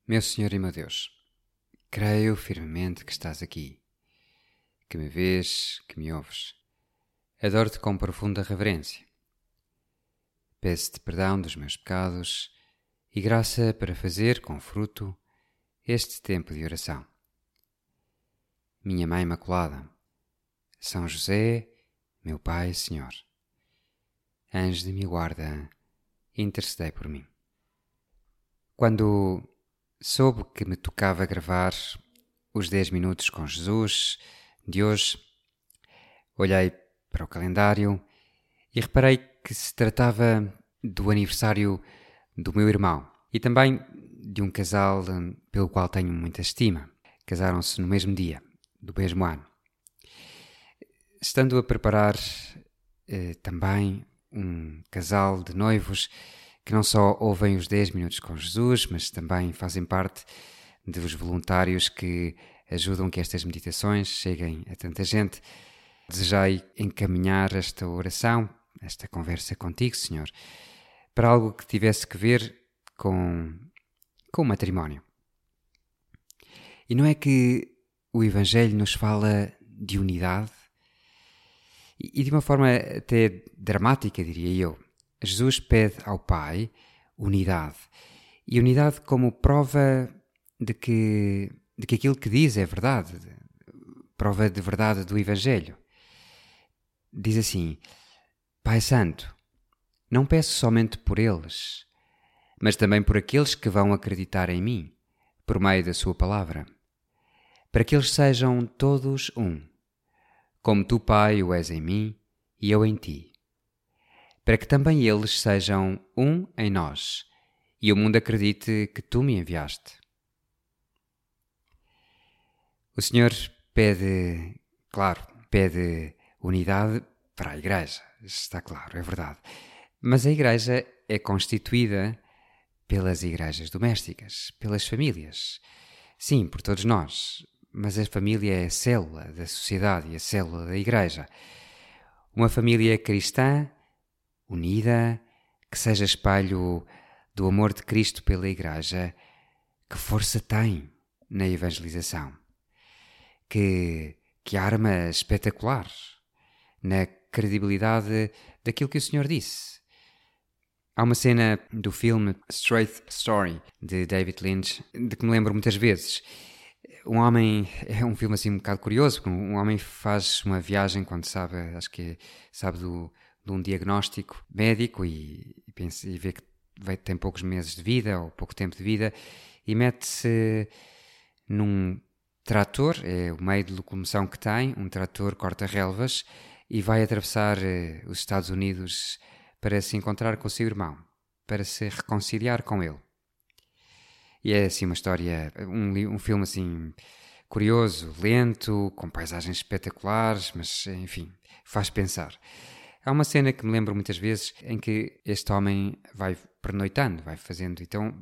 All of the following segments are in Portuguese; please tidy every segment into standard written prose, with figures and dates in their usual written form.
Meu Senhor e meu Deus, creio firmemente que estás aqui, que me vês, que me ouves. Adoro-te com profunda reverência. Peço-te perdão dos meus pecados e graça para fazer com fruto este tempo de oração. Minha Mãe Imaculada, São José, meu Pai e Senhor, anjo de minha guarda, intercedei por mim. Quando soube que me tocava gravar os 10 minutos com Jesus de hoje, olhei para o calendário e reparei que se tratava do aniversário do meu irmão e também de um casal pelo qual tenho muita estima. Casaram-se no mesmo dia, do mesmo ano. Estando a preparar também um casal de noivos que não só ouvem os 10 minutos com Jesus, mas também fazem parte dos voluntários que ajudam que estas meditações cheguem a tanta gente, desejei encaminhar esta oração, esta conversa contigo, Senhor, para algo que tivesse que ver com o matrimónio. E não é que o Evangelho nos fala de unidade? E de uma forma até dramática, diria eu. Jesus pede ao Pai unidade. E unidade como prova de que aquilo que diz é verdade. Prova de verdade do Evangelho. Diz assim: Pai Santo, não peço somente por eles, mas também por aqueles que vão acreditar em mim, por meio da sua palavra, para que eles sejam todos um, como tu, Pai, o és em mim e eu em ti, para que também eles sejam um em nós e o mundo acredite que tu me enviaste. O Senhor pede unidade para a Igreja, está claro, é verdade. Mas a Igreja é constituída pelas igrejas domésticas, pelas famílias. Sim, por todos nós, mas a família é a célula da sociedade e a célula da Igreja. Uma família cristã, unida, que seja espelho do amor de Cristo pela Igreja, que força tem na evangelização? Que arma espetacular na credibilidade daquilo que o Senhor disse. Há uma cena do filme Straight Story, de David Lynch, de que me lembro muitas vezes. É um filme assim um bocado curioso, porque um homem faz uma viagem quando sabe de um diagnóstico médico e vê que tem poucos meses de vida ou pouco tempo de vida e mete-se num trator, é o meio de locomoção que tem, um trator corta-relvas, e vai atravessar os Estados Unidos para se encontrar com o seu irmão, para se reconciliar com ele. E é assim uma história, um filme assim curioso, lento, com paisagens espetaculares, mas enfim, faz pensar. Há uma cena que me lembro muitas vezes em que este homem vai pernoitando, vai fazendo, então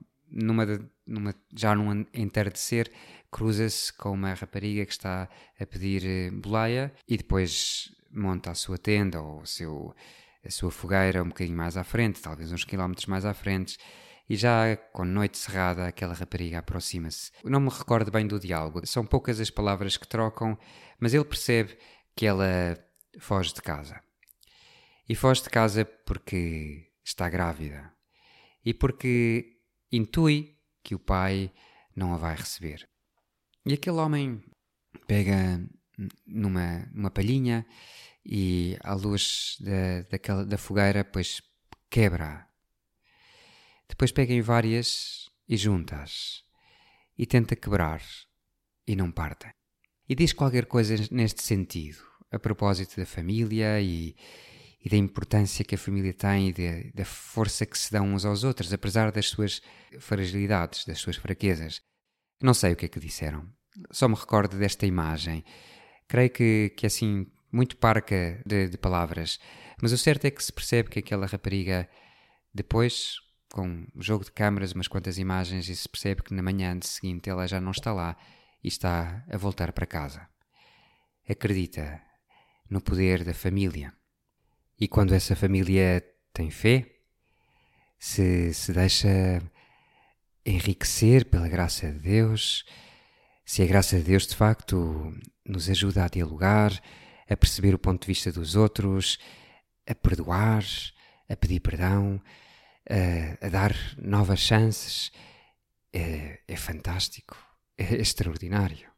já num entardecer, cruza-se com uma rapariga que está a pedir boleia e depois monta a sua tenda ou a sua fogueira um bocadinho mais à frente, talvez uns quilómetros mais à frente, e já com noite cerrada aquela rapariga aproxima-se. Eu não me recordo bem do diálogo, são poucas as palavras que trocam, mas ele percebe que ela foge de casa. E foge de casa porque está grávida e porque intui que o pai não a vai receber. E aquele homem pega numa palhinha e à luz da fogueira, pois quebra. Depois pega em várias e junta-as e tenta quebrar e não partem. E diz qualquer coisa neste sentido, a propósito da família e da importância que a família tem e da força que se dão uns aos outros, apesar das suas fragilidades, das suas fraquezas. Não sei o que é que disseram. Só me recordo desta imagem. Creio que assim, muito parca de palavras. Mas o certo é que se percebe que aquela rapariga, depois, com o jogo de câmaras, umas quantas imagens, e se percebe que na manhã seguinte ela já não está lá e está a voltar para casa. Acredita no poder da família. E quando essa família tem fé, se deixa enriquecer pela graça de Deus, se a graça de Deus de facto nos ajuda a dialogar, a perceber o ponto de vista dos outros, a perdoar, a pedir perdão, a dar novas chances, é fantástico, é extraordinário.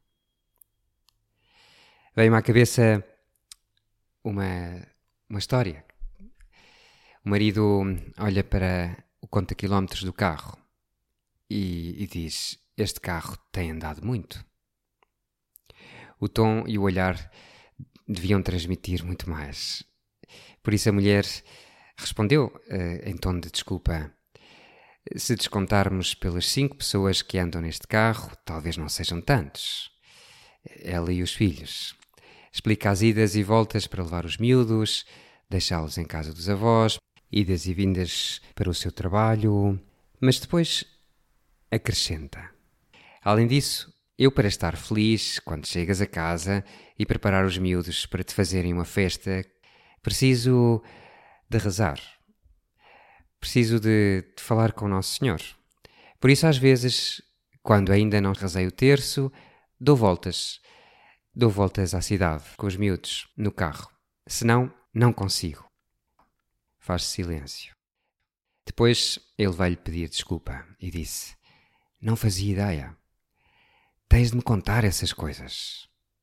Veio-me à cabeça uma história. O marido olha para o conta-quilómetros do carro e diz: este carro tem andado muito. O tom e o olhar deviam transmitir muito mais. Por isso a mulher respondeu em tom de desculpa: se descontarmos pelas 5 pessoas que andam neste carro, talvez não sejam tantos. Ela e os filhos. Explica as idas e voltas para levar os miúdos, deixá-los em casa dos avós, idas e vindas para o seu trabalho, mas depois acrescenta: além disso, eu, para estar feliz quando chegas a casa e preparar os miúdos para te fazerem uma festa, preciso de rezar. Preciso de falar com o Nosso Senhor. Por isso, às vezes, quando ainda não rezei o terço, dou voltas à cidade com os miúdos no carro. Senão, não consigo. Faz silêncio. Depois ele vai-lhe pedir desculpa e disse: não fazia ideia. Tens de me contar essas coisas.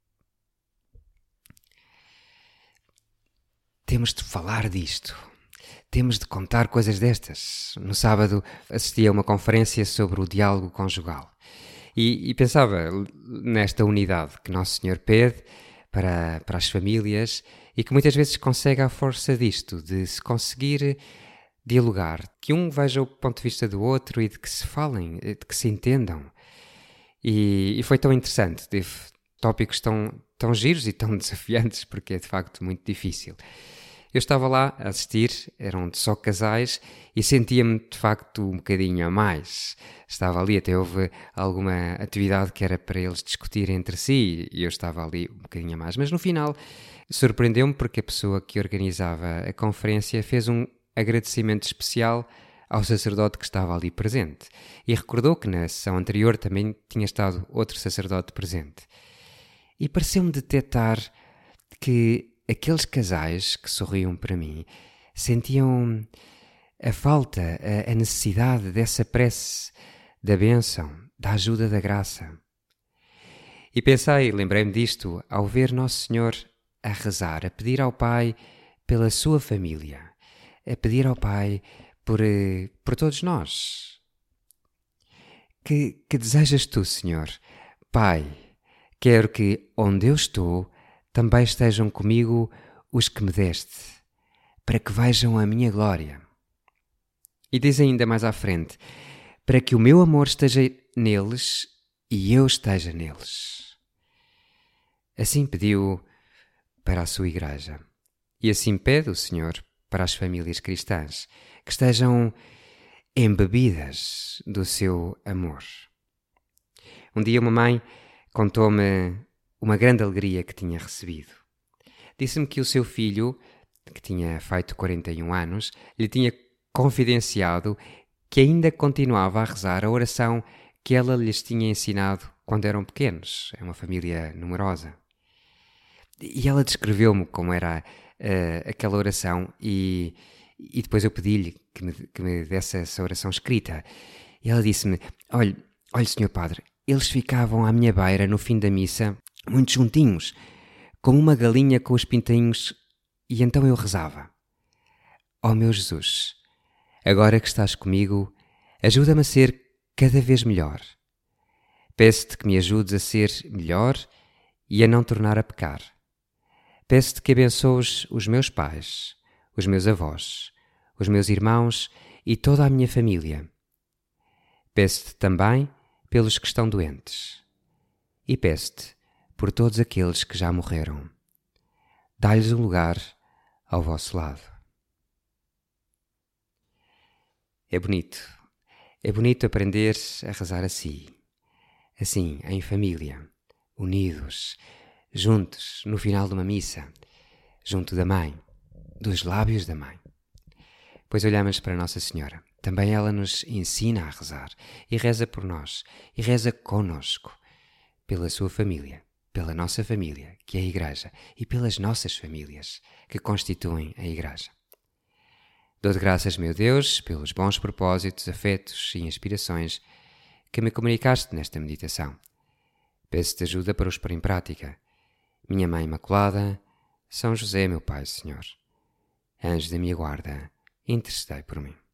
Temos de falar disto. Temos de contar coisas destas. No sábado assisti a uma conferência sobre o diálogo conjugal. E pensava nesta unidade que Nosso Senhor pede para as famílias e que muitas vezes consegue à força disto, de se conseguir dialogar, que um veja o ponto de vista do outro e de que se falem, de que se entendam. E foi tão interessante, teve tópicos tão giros e tão desafiantes, porque é de facto muito difícil. Eu estava lá a assistir, eram só casais e sentia-me de facto um bocadinho a mais. Estava ali, até houve alguma atividade que era para eles discutirem entre si e eu estava ali um bocadinho a mais. Mas no final surpreendeu-me porque a pessoa que organizava a conferência fez um agradecimento especial ao sacerdote que estava ali presente e recordou que na sessão anterior também tinha estado outro sacerdote presente. E pareceu-me detectar que aqueles casais que sorriam para mim sentiam a falta, a necessidade dessa prece, da bênção, da ajuda da graça. E lembrei-me disto ao ver Nosso Senhor a rezar, a pedir ao Pai pela sua família, a pedir ao Pai por todos nós. Que desejas tu, Senhor? Pai, quero que onde eu estou também estejam comigo os que me deste, para que vejam a minha glória. E diz ainda mais à frente: para que o meu amor esteja neles e eu esteja neles. Assim pediu para a sua igreja. E assim pede o Senhor para as famílias cristãs, que estejam embebidas do seu amor. Um dia uma mãe contou-me uma grande alegria que tinha recebido. Disse-me que o seu filho, que tinha feito 41 anos, lhe tinha confidenciado que ainda continuava a rezar a oração que ela lhes tinha ensinado quando eram pequenos. É uma família numerosa. E ela descreveu-me como era aquela oração e depois eu pedi-lhe que me desse essa oração escrita. E ela disse-me: olhe, Senhor Padre, eles ficavam à minha beira no fim da missa, muito juntinhos, como uma galinha com os pintinhos, e então eu rezava: ó meu Jesus, agora que estás comigo, ajuda-me a ser cada vez melhor. Peço-te que me ajudes a ser melhor e a não tornar a pecar. Peço-te que abençoes os meus pais, os meus avós, os meus irmãos e toda a minha família. Peço-te também pelos que estão doentes. E peço-te por todos aqueles que já morreram. Dá-lhes um lugar ao vosso lado. É bonito aprender a rezar assim, em família, unidos, juntos, no final de uma missa, junto da mãe, dos lábios da mãe. Pois olhamos para Nossa Senhora, também ela nos ensina a rezar e reza por nós e reza conosco, pela sua família, pela nossa família, que é a Igreja, e pelas nossas famílias, que constituem a Igreja. Dou-te graças, meu Deus, pelos bons propósitos, afetos e inspirações que me comunicaste nesta meditação. Peço-te ajuda para os pôr em prática. Minha Mãe Imaculada, São José, meu Pai, Senhor, anjo da minha guarda, intercedei por mim.